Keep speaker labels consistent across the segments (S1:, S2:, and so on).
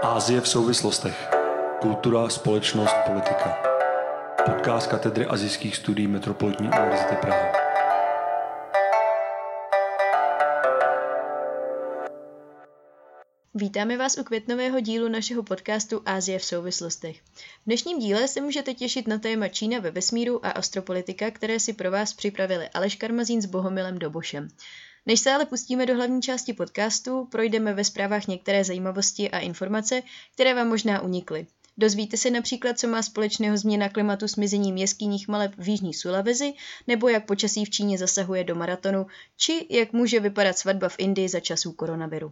S1: Asie v souvislostech. Kultura, společnost, politika. Podcast katedry asijských studií Metropolitní univerzity Praha.
S2: Vítáme vás u květnového dílu našeho podcastu Asie v souvislostech. V dnešním díle se můžete těšit na téma Čína ve vesmíru a astropolitika, které si pro vás připravili Aleš Karmazín s Bohumilem Dobošem. Než se ale pustíme do hlavní části podcastu, projdeme ve zprávách některé zajímavosti a informace, které vám možná unikly. Dozvíte se například, co má společného změna klimatu s mizením jeskyních maleb v jižní Sulawesi, nebo jak počasí v Číně zasahuje do maratonu, či jak může vypadat svatba v Indii za časů koronaviru.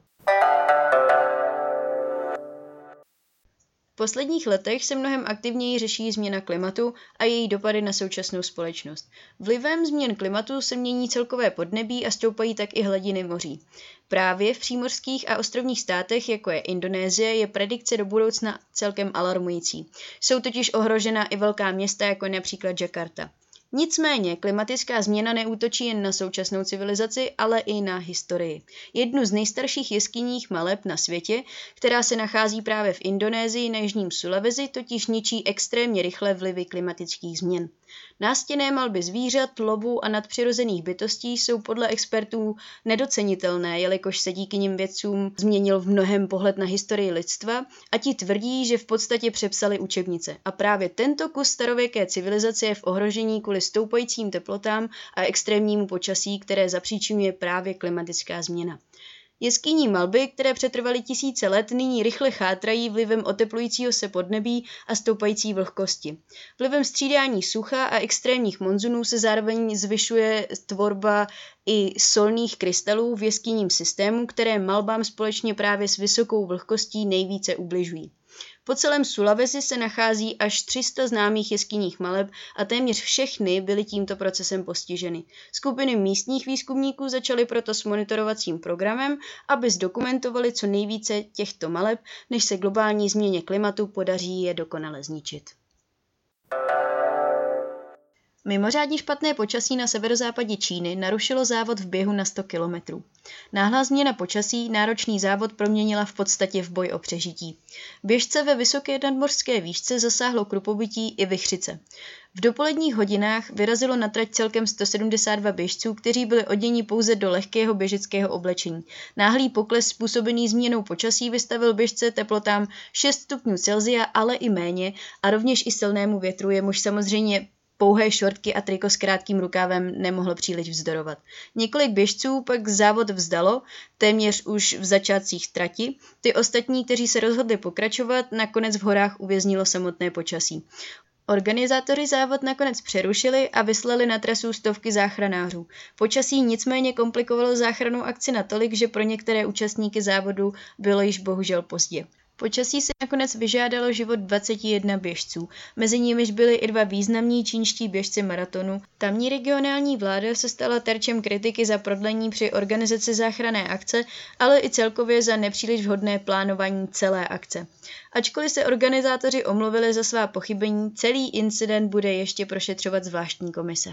S2: V posledních letech se mnohem aktivněji řeší změna klimatu a její dopady na současnou společnost. Vlivem změn klimatu se mění celkové podnebí a stoupají tak i hladiny moří. Právě v přímořských a ostrovních státech, jako je Indonésie, je predikce do budoucna celkem alarmující. Jsou totiž ohrožena i velká města, jako například Jakarta. Nicméně klimatická změna neútočí jen na současnou civilizaci, ale i na historii. Jednu z nejstarších jeskyních maleb na světě, která se nachází právě v Indonésii na jižním Sulawesi, totiž ničí extrémně rychle vlivy klimatických změn. Nástěnné malby zvířat, lovu a nadpřirozených bytostí jsou podle expertů nedocenitelné, jelikož se díky nim vědcům změnil v mnohém pohled na historii lidstva a ti tvrdí, že v podstatě přepsali učebnice. A právě tento kus starověké civilizace je v ohrožení kvůli stoupajícím teplotám a extrémnímu počasí, které zapříčinuje právě klimatická změna. Jeskyní malby, které přetrvaly tisíce let, nyní rychle chátrají vlivem oteplujícího se podnebí a stoupající vlhkosti. Vlivem střídání sucha a extrémních monzunů se zároveň zvyšuje tvorba i solných krystalů v jeskyním systému, které malbám společně právě s vysokou vlhkostí nejvíce ubližují. Po celém Sulawesi se nachází až 300 známých jeskyních maleb a téměř všechny byly tímto procesem postiženy. Skupiny místních výzkumníků začaly proto s monitorovacím programem, aby zdokumentovali co nejvíce těchto maleb, než se globální změně klimatu podaří je dokonale zničit. Mimořádně špatné počasí na severozápadě Číny narušilo závod v běhu na 100 kilometrů. Náhlá změna počasí náročný závod proměnila v podstatě v boj o přežití. Běžce ve vysoké nadmořské výšce zasáhlo krupobytí i vichřice. V dopoledních hodinách vyrazilo na trať celkem 172 běžců, kteří byli oděni pouze do lehkého běžeckého oblečení. Náhlý pokles způsobený změnou počasí vystavil běžce teplotám 6 stupňů Celsia, ale i méně a rovněž i silnému větru, jemuž samozřejmě pouhé šortky a triko s krátkým rukávem nemohlo příliš vzdorovat. Několik běžců pak závod vzdalo, téměř už v začátcích trati. Ty ostatní, kteří se rozhodli pokračovat, nakonec v horách uvěznilo samotné počasí. Organizátoři závod nakonec přerušili a vyslali na trasu stovky záchranářů. Počasí nicméně komplikovalo záchrannou akci natolik, že pro některé účastníky závodu bylo již bohužel pozdě. Počasí se nakonec vyžádalo život 21 běžců, mezi nimiž byli i 2 významní čínští běžci maratonu. Tamní regionální vláda se stala terčem kritiky za prodlení při organizaci záchranné akce, ale i celkově za nepříliš vhodné plánování celé akce. Ačkoliv se organizátoři omluvili za svá pochybení, celý incident bude ještě prošetřovat zvláštní komise.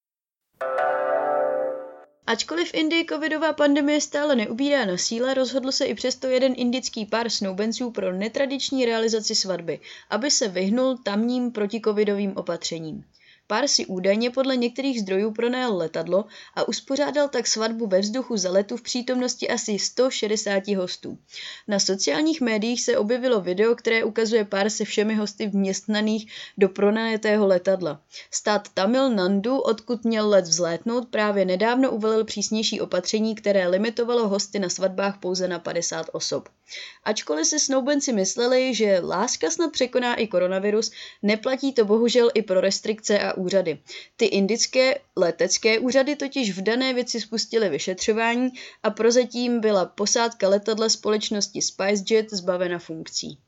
S2: Ačkoliv v Indii covidová pandemie stále neubírá na síle, rozhodl se i přesto jeden indický pár snoubenců pro netradiční realizaci svatby, aby se vyhnul tamním protikovidovým opatřením. Pár si údajně podle některých zdrojů pronajal letadlo a uspořádal tak svatbu ve vzduchu za letu v přítomnosti asi 160 hostů. Na sociálních médiích se objevilo video, které ukazuje pár se všemi hosty vměstnaných do pronajetého letadla. Stát Tamil Nadu, odkud měl let vzlétnout, právě nedávno uvalil přísnější opatření, které limitovalo hosty na svatbách pouze na 50 osob. Ačkoliv si snoubenci mysleli, že láska snad překoná i koronavirus, neplatí to bohužel i pro restrikce a úřady. Ty indické letecké úřady totiž v dané věci spustily vyšetřování a prozatím byla posádka letadla společnosti SpiceJet zbavena funkcí.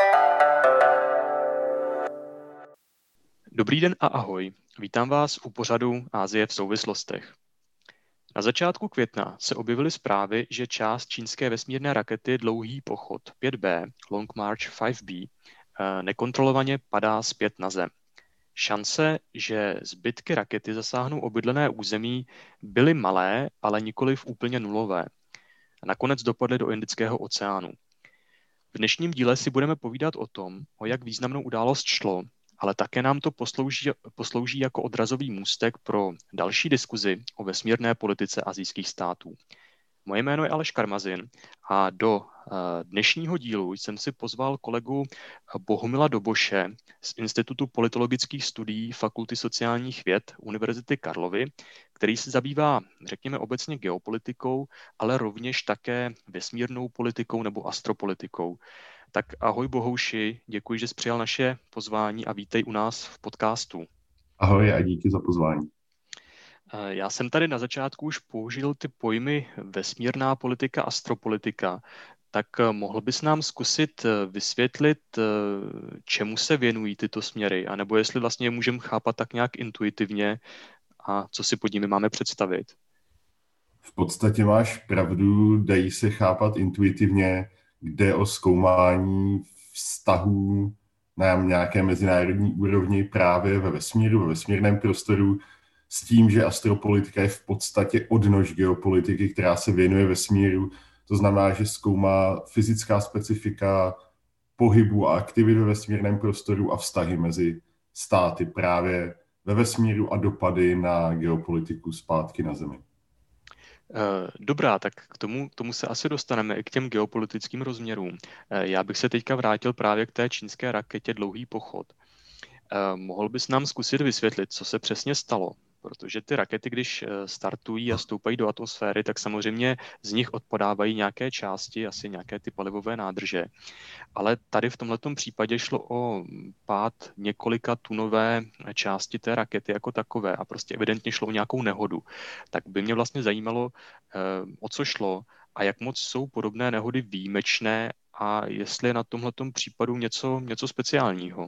S3: Dobrý den a ahoj. Vítám vás u pořadu Asie v souvislostech. Na začátku května se objevily zprávy, že část čínské vesmírné rakety Dlouhý pochod 5B, Long March 5B, nekontrolovaně padá zpět na Zem. Šance, že zbytky rakety zasáhnou obydlené území, byly malé, ale nikoliv úplně nulové. Nakonec dopadly do Indického oceánu. V dnešním díle si budeme povídat o tom, o jak významnou událost šlo, ale také nám to poslouží jako odrazový můstek pro další diskuzi o vesmírné politice asijských států. Moje jméno je Aleš Karmazin a do dnešního dílu jsem si pozval kolegu Bohumila Doboše z Institutu politologických studií Fakulty sociálních věd Univerzity Karlovy, který se zabývá, řekněme, obecně geopolitikou, ale rovněž také vesmírnou politikou nebo astropolitikou. Tak ahoj Bohouši, děkuji, že jsi přijal naše pozvání a vítej u nás v podcastu.
S4: Ahoj a díky za pozvání.
S3: Já jsem tady na začátku už použil ty pojmy vesmírná politika, astropolitika. Tak mohl bys nám zkusit vysvětlit, čemu se věnují tyto směry, anebo jestli vlastně je můžeme chápat tak nějak intuitivně a co si pod nimi máme představit?
S4: V podstatě máš pravdu, dají se chápat intuitivně, jde o zkoumání vztahů na nějaké mezinárodní úrovni právě ve vesmíru, ve vesmírném prostoru, s tím, že astropolitika je v podstatě odnož geopolitiky, která se věnuje vesmíru. To znamená, že zkoumá fyzická specifika pohybu a aktivit ve vesmírném prostoru a vztahy mezi státy právě ve vesmíru a dopady na geopolitiku zpátky na Zemi.
S3: Dobrá, tak k tomu se asi dostaneme i k těm geopolitickým rozměrům. Já bych se teďka vrátil právě k té čínské raketě Dlouhý pochod. Mohl bys nám zkusit vysvětlit, co se přesně stalo? Protože ty rakety, když startují a stoupají do atmosféry, tak samozřejmě z nich odpadávají nějaké části, asi nějaké ty palivové nádrže. Ale tady v tomhletom případě šlo o pád několika tunové části té rakety jako takové a prostě evidentně šlo o nějakou nehodu. Tak by mě vlastně zajímalo, o co šlo a jak moc jsou podobné nehody výjimečné a jestli je na tomhletom případu něco speciálního.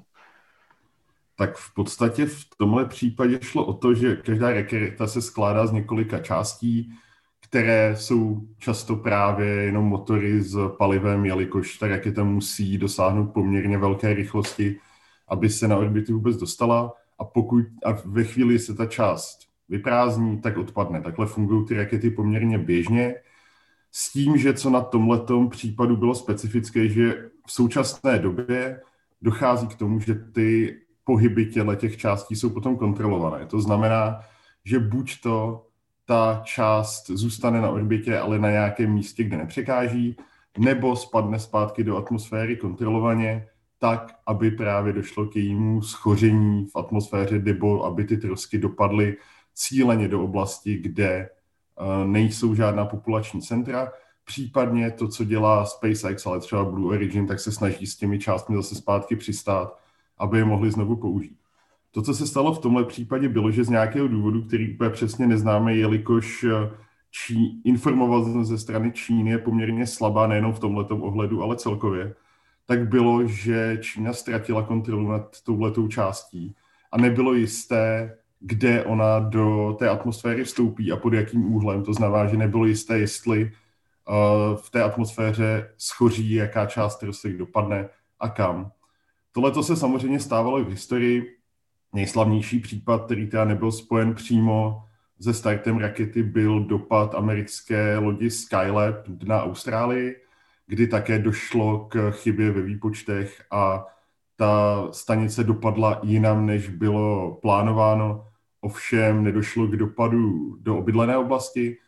S4: Tak v podstatě v tomhle případě šlo o to, že každá raketa se skládá z několika částí, které jsou často právě jenom motory s palivem, jelikož ta raketa musí dosáhnout poměrně velké rychlosti, aby se na orbitu vůbec dostala a ve chvíli se ta část vyprázdní, tak odpadne. Takhle fungují ty rakety poměrně běžně. S tím, že co na tomhletom případu bylo specifické, že v současné době dochází k tomu, že ty pohyby těch částí jsou potom kontrolované. To znamená, že buď to ta část zůstane na orbitě, ale na nějakém místě, kde nepřekáží, nebo spadne zpátky do atmosféry kontrolovaně, tak, aby právě došlo k jejímu schoření v atmosféře, nebo aby ty trosky dopadly cíleně do oblasti, kde nejsou žádná populační centra. Případně to, co dělá SpaceX, ale třeba Blue Origin, tak se snaží s těmi částmi zase zpátky přistát, aby je mohli znovu použít. To, co se stalo v tomhle případě, bylo, že z nějakého důvodu, který úplně přesně neznáme, jelikož informovanost ze strany Číny je poměrně slabá, nejenom v tomhletom ohledu, ale celkově, tak bylo, že Čína ztratila kontrolu nad touhletou částí a nebylo jisté, kde ona do té atmosféry vstoupí a pod jakým úhlem. To znamená, že nebylo jisté, jestli v té atmosféře schoří, jaká část trosek dopadne a kam. Tohleto se samozřejmě stávalo i v historii. Nejslavnější případ, který teda nebyl spojen přímo se startem rakety, byl dopad americké lodi Skylab na Austrálii, kdy také došlo k chybě ve výpočtech a ta stanice dopadla jinam, než bylo plánováno. Ovšem nedošlo k dopadu do obydlené oblasti.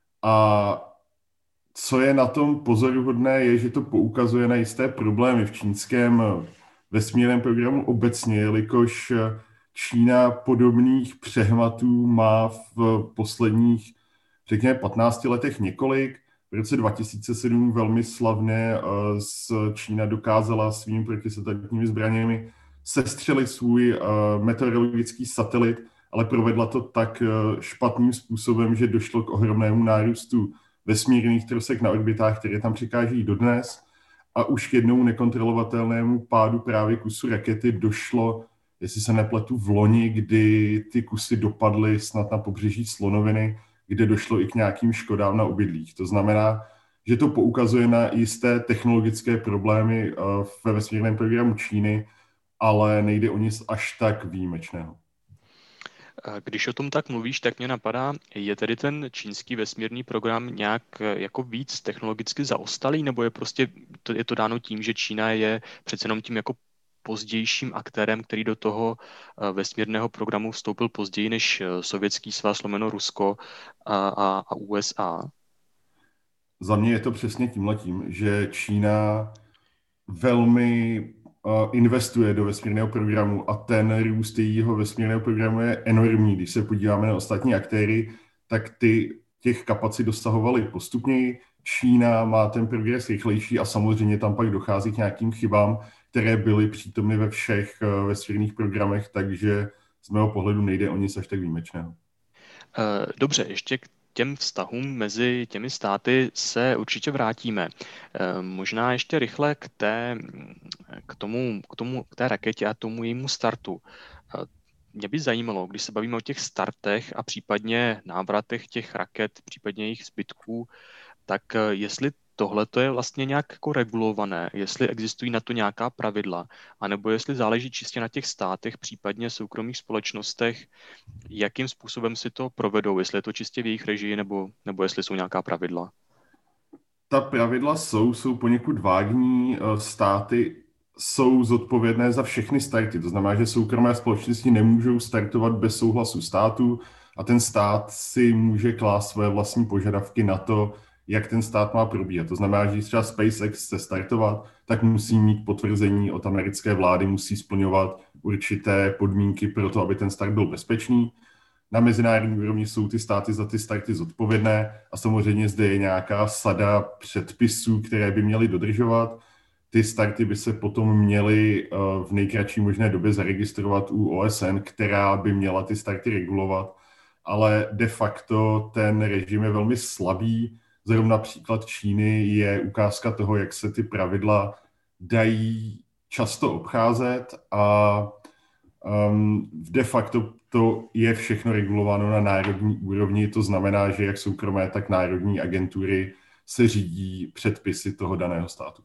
S4: A co je na tom pozoruhodné, je, že to poukazuje na jisté problémy v čínském vesmírném programu obecně, jelikož Čína podobných přehmatů má v posledních, řekněme, 15 letech několik. V roce 2007 velmi slavně Čína dokázala svými protisatelitními zbraněmi sestřelit svůj meteorologický satelit, ale provedla to tak špatným způsobem, že došlo k ohromnému nárůstu vesmírných trosek na orbitách, které tam překáží dodnes. A už k jednou nekontrolovatelnému pádu právě kusu rakety došlo, jestli se nepletu, v loni, kdy ty kusy dopadly snad na pobřeží Slonoviny, kde došlo i k nějakým škodám na obydlích. To znamená, že to poukazuje na jisté technologické problémy ve vesmírném programu Číny, ale nejde o nic až tak výjimečného.
S3: Když o tom tak mluvíš, tak mě napadá, je tedy ten čínský vesmírný program nějak jako víc technologicky zaostalý, nebo je to dáno tím, že Čína je přece jenom tím jako pozdějším aktérem, který do toho vesmírného programu vstoupil později než Sovětský svaz, lomeno Rusko a USA?
S4: Za mě je to přesně tímhletím, že Čína velmi investuje do vesmírného programu a ten růst jejího vesmírného programu je enormní. Když se podíváme na ostatní aktéry, tak těch kapacit dosahovaly postupněji. Čína má ten progres rychlejší a samozřejmě tam pak dochází k nějakým chybám, které byly přítomny ve všech vesmírných programech, takže z mého pohledu nejde o nic až tak výjimečného.
S3: Dobře, ještě k těm vztahům mezi těmi státy se určitě vrátíme. Možná ještě rychle k té raketě a tomu jejímu startu. Mě by zajímalo, když se bavíme o těch startech a případně návratech těch raket, případně jejich zbytků, tak jestli tohle je vlastně nějak jako regulované, jestli existují na to nějaká pravidla, anebo jestli záleží čistě na těch státech, případně soukromých společnostech, jakým způsobem si to provedou, jestli je to čistě v jejich režii, nebo jestli jsou nějaká pravidla.
S4: Ta pravidla jsou poněkud vágní. Státy jsou zodpovědné za všechny starty. To znamená, že soukromé společnosti nemůžou startovat bez souhlasu státu a ten stát si může klást své vlastní požadavky na to, jak ten stát má probíhat. To znamená, že když třeba SpaceX chce startovat, tak musí mít potvrzení od americké vlády, musí splňovat určité podmínky pro to, aby ten start byl bezpečný. Na mezinárodní úrovni jsou ty státy za ty starty zodpovědné a samozřejmě zde je nějaká sada předpisů, které by měly dodržovat. Ty starty by se potom měly v nejkratší možné době zaregistrovat u OSN, která by měla ty starty regulovat, ale de facto ten režim je velmi slabý. Zrovna příklad Číny je ukázka toho, jak se ty pravidla dají často obcházet a de facto to je všechno regulováno na národní úrovni. To znamená, že jak soukromé, tak národní agentury se řídí předpisy toho daného státu.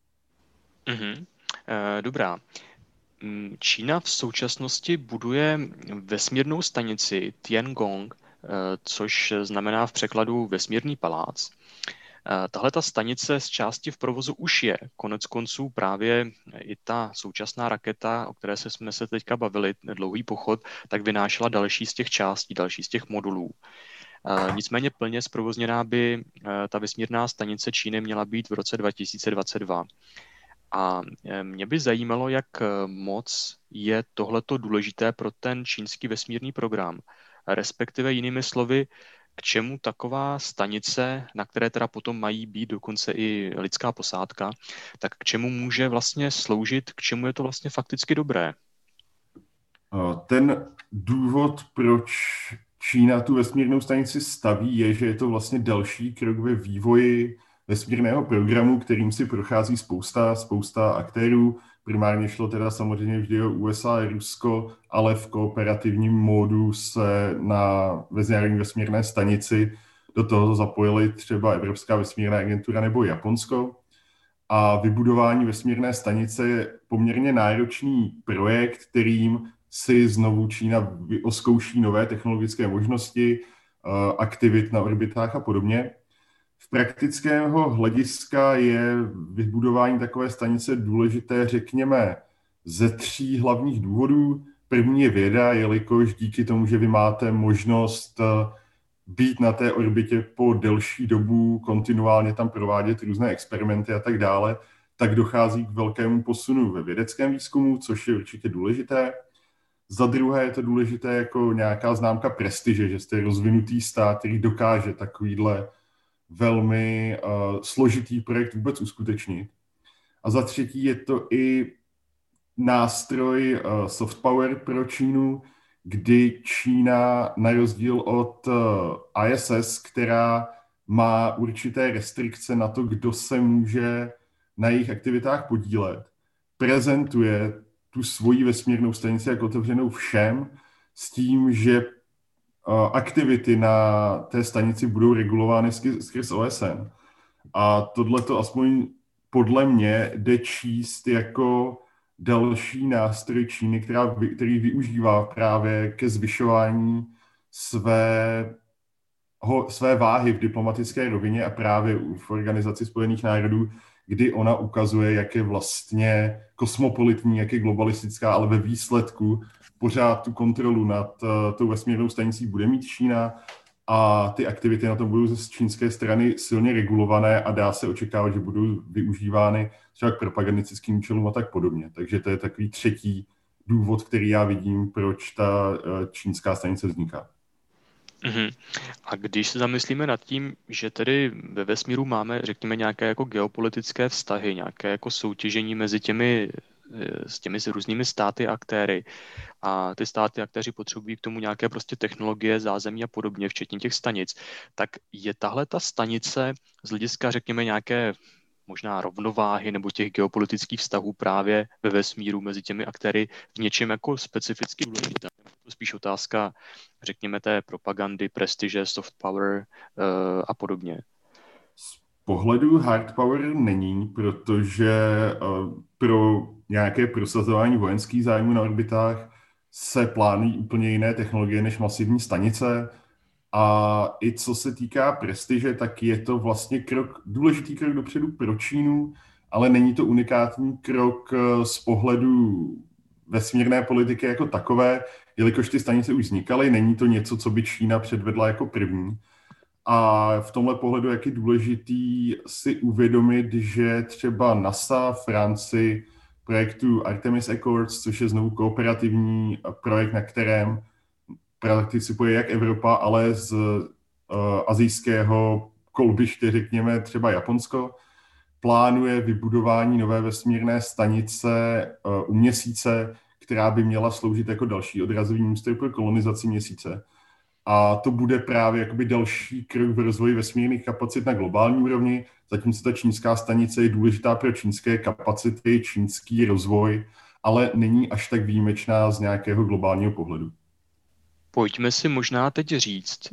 S3: Dobrá. Čína v současnosti buduje vesmírnou stanici Tiangong, což znamená v překladu vesmírný palác. Tahle ta stanice z části v provozu už je. Konec konců právě i ta současná raketa, o které jsme se teďka bavili, dlouhý pochod, tak vynášela další z těch částí, další z těch modulů. Nicméně plně zprovozněná by ta vesmírná stanice Číny měla být v roce 2022. A mě by zajímalo, jak moc je tohleto důležité pro ten čínský vesmírný program. Respektive jinými slovy, k čemu taková stanice, na které teda potom mají být dokonce i lidská posádka, tak k čemu může vlastně sloužit, k čemu je to vlastně fakticky dobré?
S4: Ten důvod, proč Čína tu vesmírnou stanici staví, je, že je to vlastně další krok ve vývoji vesmírného programu, kterým si prochází spousta aktérů. Primárně šlo teda samozřejmě vždy o USA a Rusko, ale v kooperativním módu se na mezinárodní vesmírné stanici do toho zapojili třeba Evropská vesmírná agentura nebo Japonsko. A vybudování vesmírné stanice je poměrně náročný projekt, kterým si znovu Čína oskouší nové technologické možnosti, aktivit na orbitách a podobně. V praktického hlediska je vybudování takové stanice důležité, řekněme, ze 3 hlavních důvodů. První je věda, jelikož díky tomu, že vy máte možnost být na té orbitě po delší dobu, kontinuálně tam provádět různé experimenty a tak dále, tak dochází k velkému posunu ve vědeckém výzkumu, což je určitě důležité. Za druhé je to důležité jako nějaká známka prestiže, že jste rozvinutý stát, který dokáže takovýhle velmi složitý projekt vůbec uskutečnit. A za třetí je to i nástroj soft power pro Čínu, kdy Čína na rozdíl od ISS, která má určité restrikce na to, kdo se může na jejich aktivitách podílet, prezentuje tu svoji vesmírnou stanici jako otevřenou všem s tím, že aktivity na té stanici budou regulovány skrz OSN. A tohleto aspoň podle mě jde číst jako další nástroj Číny, který využívá právě ke zvyšování své váhy v diplomatické rovině a právě v Organizaci spojených národů, kdy ona ukazuje, jak je vlastně kosmopolitní, jak je globalistická, ale ve výsledku pořád tu kontrolu nad tou vesmírnou stanicí bude mít Čína a ty aktivity na tom budou z čínské strany silně regulované a dá se očekávat, že budou využívány třeba k propagandistickým účelům a tak podobně. Takže to je takový třetí důvod, který já vidím, proč ta čínská stanice vzniká.
S3: Mhm. A když se zamyslíme nad tím, že tedy ve vesmíru máme, řekněme, nějaké jako geopolitické vztahy, nějaké jako soutěžení mezi s těmi různými státy a aktéry a ty státy a aktéři potřebují k tomu nějaké prostě technologie, zázemí a podobně, včetně těch stanic, tak je tahle ta stanice z hlediska, řekněme, nějaké možná rovnováhy nebo těch geopolitických vztahů právě ve vesmíru mezi těmi aktéry v něčem jako specificky důležitá. To spíš otázka, řekněme, té propagandy, prestiže, soft power a podobně.
S4: Z pohledu hard power není, protože pro nějaké prosazování vojenských zájmů na orbitách se plánují úplně jiné technologie než masivní stanice. A i co se týká prestiže, tak je to vlastně důležitý krok dopředu pro Čínu, ale není to unikátní krok z pohledu vesmírné politiky jako takové, jelikož ty stanice už vznikaly, není to něco, co by Čína předvedla jako první. A v tomhle pohledu, jak je důležitý si uvědomit, že třeba NASA, Francii, projektu Artemis Accords, což je znovu kooperativní projekt, na kterém participuje jak Evropa, ale z asijského kolbiště, řekněme třeba Japonsko, plánuje vybudování nové vesmírné stanice u Měsíce, která by měla sloužit jako další odrazový místo pro kolonizaci Měsíce. A to bude právě jakoby další krok v rozvoji vesmírných kapacit na globální úrovni, zatímco ta čínská stanice je důležitá pro čínské kapacity, čínský rozvoj, ale není až tak výjimečná z nějakého globálního pohledu.
S3: Pojďme si možná teď říct,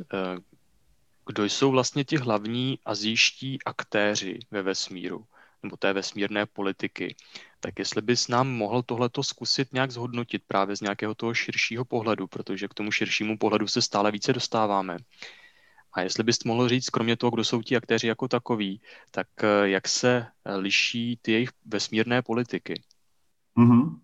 S3: kdo jsou vlastně ti hlavní asijští aktéři ve vesmíru, nebo té vesmírné politiky. Tak jestli bys nám mohl tohleto zkusit nějak zhodnotit právě z nějakého toho širšího pohledu, protože k tomu širšímu pohledu se stále více dostáváme. A jestli bys mohl říct, kromě toho, kdo jsou ti aktéři jako takoví, tak jak se liší ty jejich vesmírné politiky?
S4: Mm-hmm.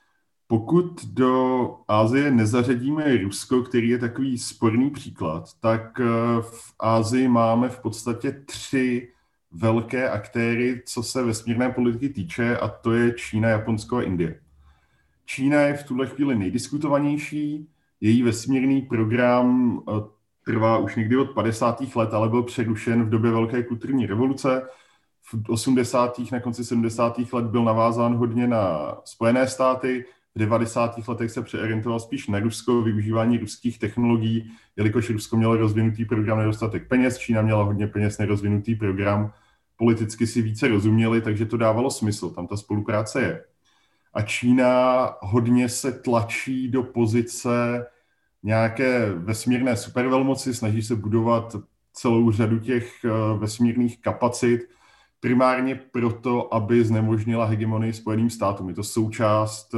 S4: Pokud do Asie nezařadíme Rusko, který je takový sporný příklad, tak v Asii máme v podstatě 3 velké aktéry, co se vesmírné politiky týče, a to je Čína, Japonsko a Indie. Čína je v tuhle chvíli nejdiskutovanější, její vesmírný program trvá už někdy od 50. let, ale byl přerušen v době velké kulturní revoluce. V 80. na konci 70. let byl navázán hodně na Spojené státy, v 90. letech se přeorientoval spíš na Rusko, využívání ruských technologií, jelikož Rusko mělo rozvinutý program, nedostatek peněz, Čína měla hodně peněz, nerozvinutý program, politicky si více rozuměli, takže to dávalo smysl, tam ta spolupráce je. A Čína hodně se tlačí do pozice nějaké vesmírné supervelmoci, snaží se budovat celou řadu těch vesmírných kapacit, primárně proto, aby znemožnila hegemonii Spojeným státům. Je to součást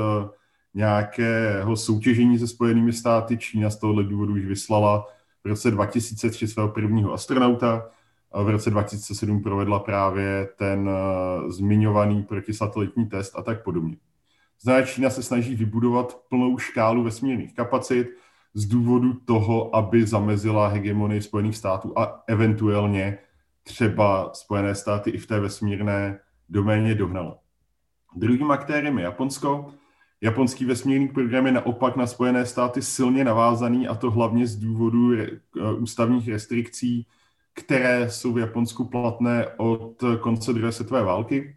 S4: nějakého soutěžení se Spojenými státy. Čína z tohohle důvodu už vyslala v roce 2003 svého prvního astronauta. V roce 2007 provedla právě ten zmiňovaný protisatelitní test a tak podobně. Znamená, Čína se snaží vybudovat plnou škálu vesmírných kapacit z důvodu toho, aby zamezila hegemonii Spojených států a eventuálně třeba Spojené státy i v té vesmírné doméně dohnalo. Druhým aktérem je Japonsko. Japonský vesmírný program je naopak na Spojené státy silně navázaný, a to hlavně z důvodu ústavních restrikcí, které jsou v Japonsku platné od konce druhé světové války.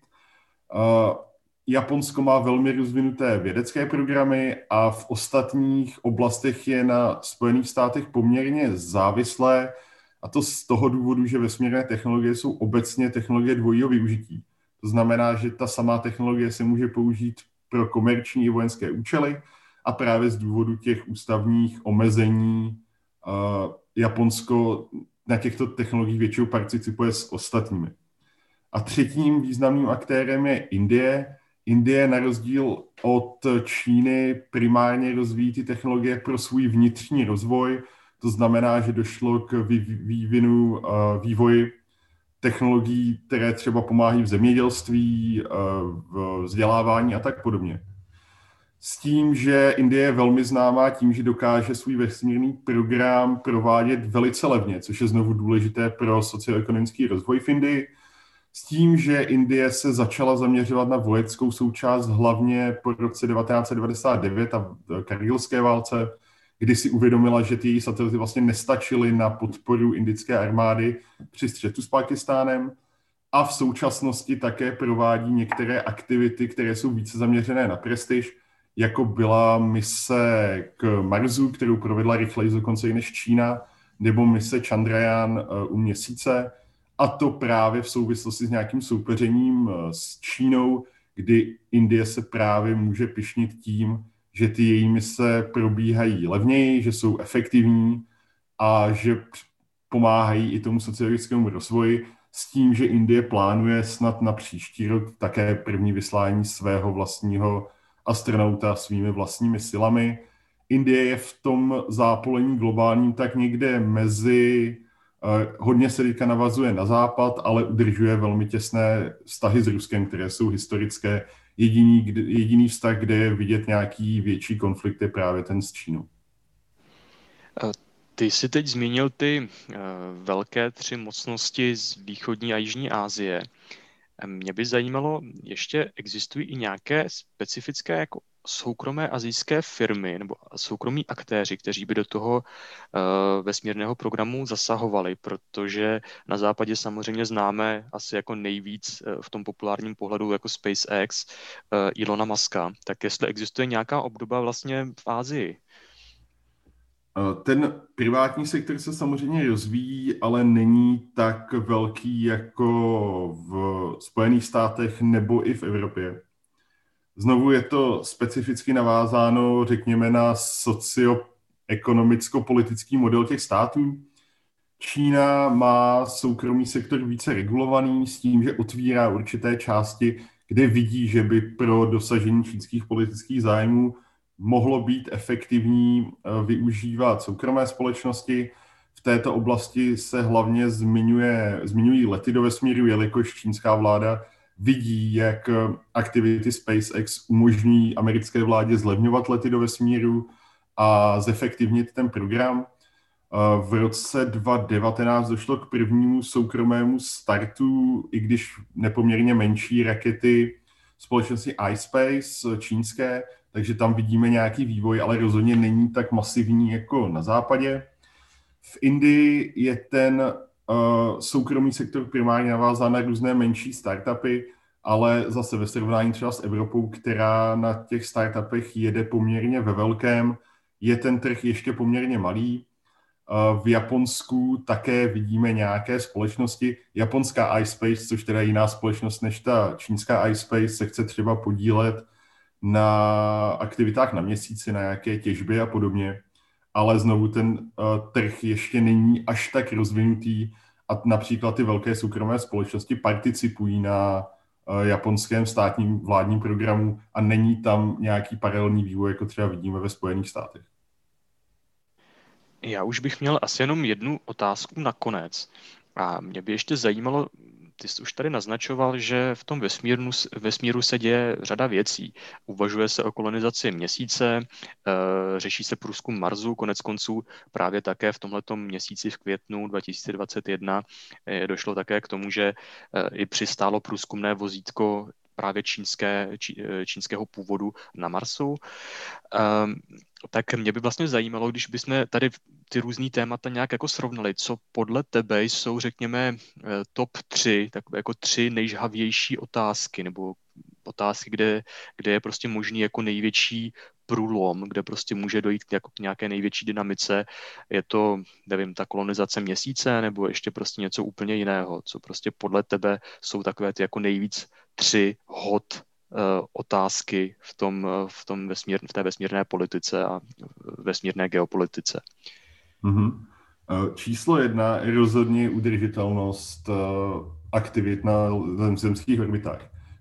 S4: Japonsko má velmi rozvinuté vědecké programy a v ostatních oblastech je na Spojených státech poměrně závislé, a to z toho důvodu, že vesmírné technologie jsou obecně technologie dvojího využití. To znamená, že ta samá technologie se může použít pro komerční i vojenské účely a právě z důvodu těch ústavních omezení Japonsko na těchto technologiích většinou participuje s ostatními. A třetím významným aktérem je Indie. Indie na rozdíl od Číny primárně rozvíjí ty technologie pro svůj vnitřní rozvoj. To znamená, že došlo k vývoji technologií, které třeba pomáhají v zemědělství, v vzdělávání a tak podobně. S tím, že Indie je velmi známá tím, že dokáže svůj vesmírný program provádět velice levně, což je znovu důležité pro socioekonomický rozvoj v Indii. S tím, že Indie se začala zaměřovat na vojenskou součást hlavně po roce 1999 a kargilské válce, kdy si uvědomila, že ty její satelity vlastně nestačily na podporu indické armády při střetu s Pákistánem a v současnosti také provádí některé aktivity, které jsou více zaměřené na prestiž, jako byla mise k Marsu, kterou provedla rychleji dokonce i než Čína, nebo mise Chandrayaan u Měsíce, a to právě v souvislosti s nějakým soupeřením s Čínou, kdy Indie se právě může pyšnit tím, že ty její mise probíhají levněji, že jsou efektivní a že pomáhají i tomu sociologickému rozvoji, s tím, že Indie plánuje snad na příští rok také první vyslání svého vlastního astronauta svými vlastními silami. Indie je v tom zápolení globálním tak někde mezi, hodně se teďka navazuje na západ, ale udržuje velmi těsné vztahy s Ruskem, které jsou historické. Jediný vztah, kde je vidět nějaký větší konflikt, je právě ten s Čínou.
S3: Ty jsi teď zmínil ty velké tři mocnosti z východní a jižní Asie. Mě by zajímalo, ještě existují i nějaké specifické jako soukromé asijské firmy nebo soukromí aktéři, kteří by do toho vesmírného programu zasahovali, protože na západě samozřejmě známe asi jako nejvíc v tom populárním pohledu jako SpaceX, Elona Muska. Tak jestli existuje nějaká obdoba vlastně v Asii?
S4: Ten privátní sektor se samozřejmě rozvíjí, ale není tak velký jako v Spojených státech nebo i v Evropě. Znovu je to specificky navázáno, řekněme, na socioekonomicko-politický model těch států. Čína má soukromý sektor více regulovaný s tím, že otvírá určité části, kde vidí, že by pro dosažení čínských politických zájmů mohlo být efektivní využívat soukromé společnosti. V této oblasti se hlavně zmiňují lety do vesmíru, jelikož čínská vláda vidí, jak aktivity SpaceX umožní americké vládě zlevňovat lety do vesmíru a zefektivnit ten program. V roce 2019 došlo k prvnímu soukromému startu, i když nepoměrně menší rakety společnosti iSpace čínské, takže tam vidíme nějaký vývoj, ale rozhodně není tak masivní jako na západě. V Indii je ten soukromý sektor primárně navázán na různé menší startupy, ale zase ve srovnání třeba s Evropou, která na těch startupech jede poměrně ve velkém, je ten trh ještě poměrně malý. V Japonsku také vidíme nějaké společnosti. Japonská iSpace, což teda je jiná společnost než ta čínská iSpace, se chce třeba podílet na aktivitách na Měsíci, na nějaké těžbě a podobně. Ale znovu ten trh ještě není až tak rozvinutý a například ty velké soukromé společnosti participují na japonském státním vládním programu a není tam nějaký paralelní vývoj, jako třeba vidíme ve Spojených státech.
S3: Já už bych měl asi jenom jednu otázku nakonec. A mě by ještě zajímalo, ty jsi už tady naznačoval, že v tom vesmíru se děje řada věcí. Uvažuje se o kolonizaci Měsíce, řeší se průzkum Marsu, konec konců právě také v tomhletom měsíci v květnu 2021 došlo také k tomu, že i přistálo průzkumné vozítko právě čínského původu na Marsu. Tak mě by vlastně zajímalo, když bychom tady ty různý témata nějak jako srovnali, co podle tebe jsou, řekněme, top 3, takové jako 3 nejžhavější otázky, nebo otázky, kde je prostě možný jako největší průlom, kde prostě může dojít jako k nějaké největší dynamice. Je to, nevím, ta kolonizace Měsíce, nebo ještě prostě něco úplně jiného, co prostě podle tebe jsou takové ty jako nejvíc 3 hot otázky v té vesmírné politice a vesmírné geopolitice.
S4: Mm-hmm. Číslo 1 je rozhodně udržitelnost aktivit na zemských orbitách.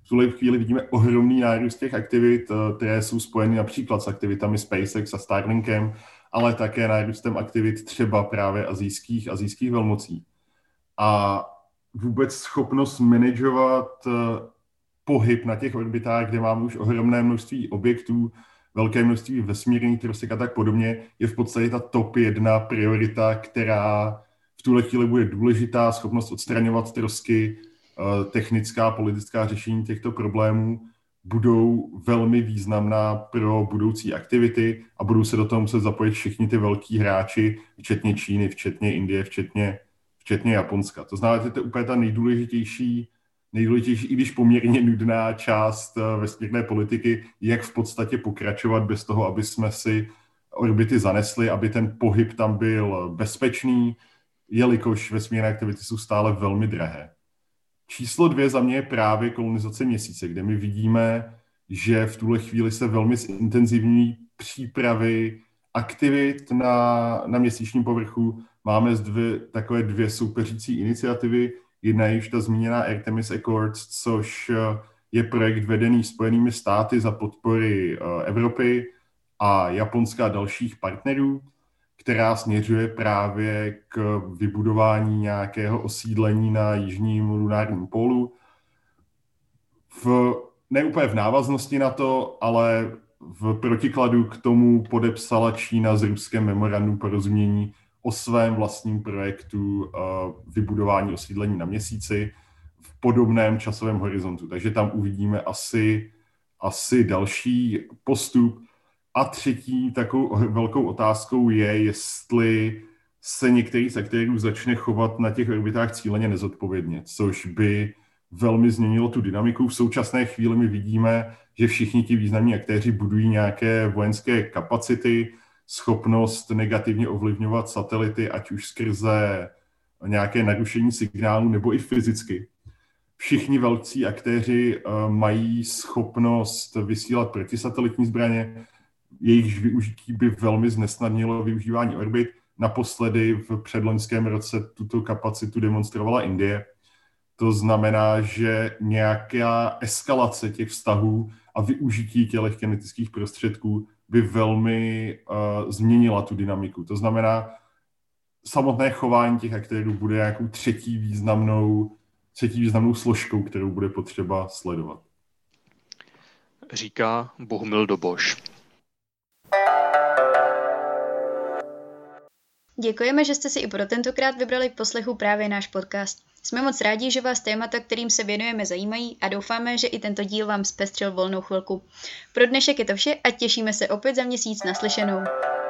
S4: v tuhle chvíli vidíme ohromný nárůst těch aktivit, které jsou spojeny například s aktivitami SpaceX a Starlinkem, ale také nárůstem aktivit třeba právě asijských velmocí. A vůbec schopnost manažovat pohyb na těch orbitách, kde máme už ohromné množství objektů, velké množství vesmírných trosek a tak podobně, je v podstatě ta top 1 priorita, která v tuhle chvíli bude důležitá, schopnost odstraňovat trosky, technická, politická řešení těchto problémů budou velmi významná pro budoucí aktivity a budou se do toho muset zapojit všichni ty velký hráči, včetně Číny, včetně Indie, včetně Japonska. To znamená, že to je úplně ta nejdůležitější, i když poměrně nudná část vesmírné politiky, jak v podstatě pokračovat bez toho, aby jsme si orbity zanesli, aby ten pohyb tam byl bezpečný, jelikož vesmírné aktivity jsou stále velmi drahé. Číslo 2 za mě je právě kolonizace Měsíce, kde my vidíme, že v tuhle chvíli se velmi zintenzivní přípravy aktivit na měsíčním povrchu. Máme takové dvě soupeřící iniciativy. Jedna je už ta zmíněná Artemis Accords, což je projekt vedený Spojenými státy za podpory Evropy a Japonska a dalších partnerů, která směřuje právě k vybudování nějakého osídlení na jižním lunárním pólu. Ne úplně v návaznosti na to, ale v protikladu k tomu podepsala Čína s Ruskem memorandum porozumění o svém vlastním projektu vybudování osídlení na Měsíci v podobném časovém horizontu. Takže tam uvidíme asi další postup. A třetí takovou velkou otázkou je, jestli se některý z aktérů začne chovat na těch orbitách cíleně nezodpovědně, což by velmi změnilo tu dynamiku. V současné chvíli my vidíme, že všichni ti významní aktéři budují nějaké vojenské kapacity, schopnost negativně ovlivňovat satelity, ať už skrze nějaké narušení signálu nebo i fyzicky. Všichni velcí aktéři mají schopnost vysílat protisatelitní zbraně, jejichž využití by velmi znesnadnilo využívání orbit. Naposledy v předloňském roce tuto kapacitu demonstrovala Indie. To znamená, že nějaká eskalace těch vztahů a využití těch kinetických prostředků by velmi změnila tu dynamiku. To znamená, samotné chování těch aktérů bude nějakou třetí významnou složkou, kterou bude potřeba sledovat.
S3: Říká Bohumil Doboš.
S2: Děkujeme, že jste si i pro tentokrát vybrali k poslechu právě náš podcast. Jsme moc rádi, že vás témata, kterým se věnujeme, zajímají a doufáme, že i tento díl vám zpestřil volnou chvilku. Pro dnešek je to vše a těšíme se opět za měsíc naslyšenou.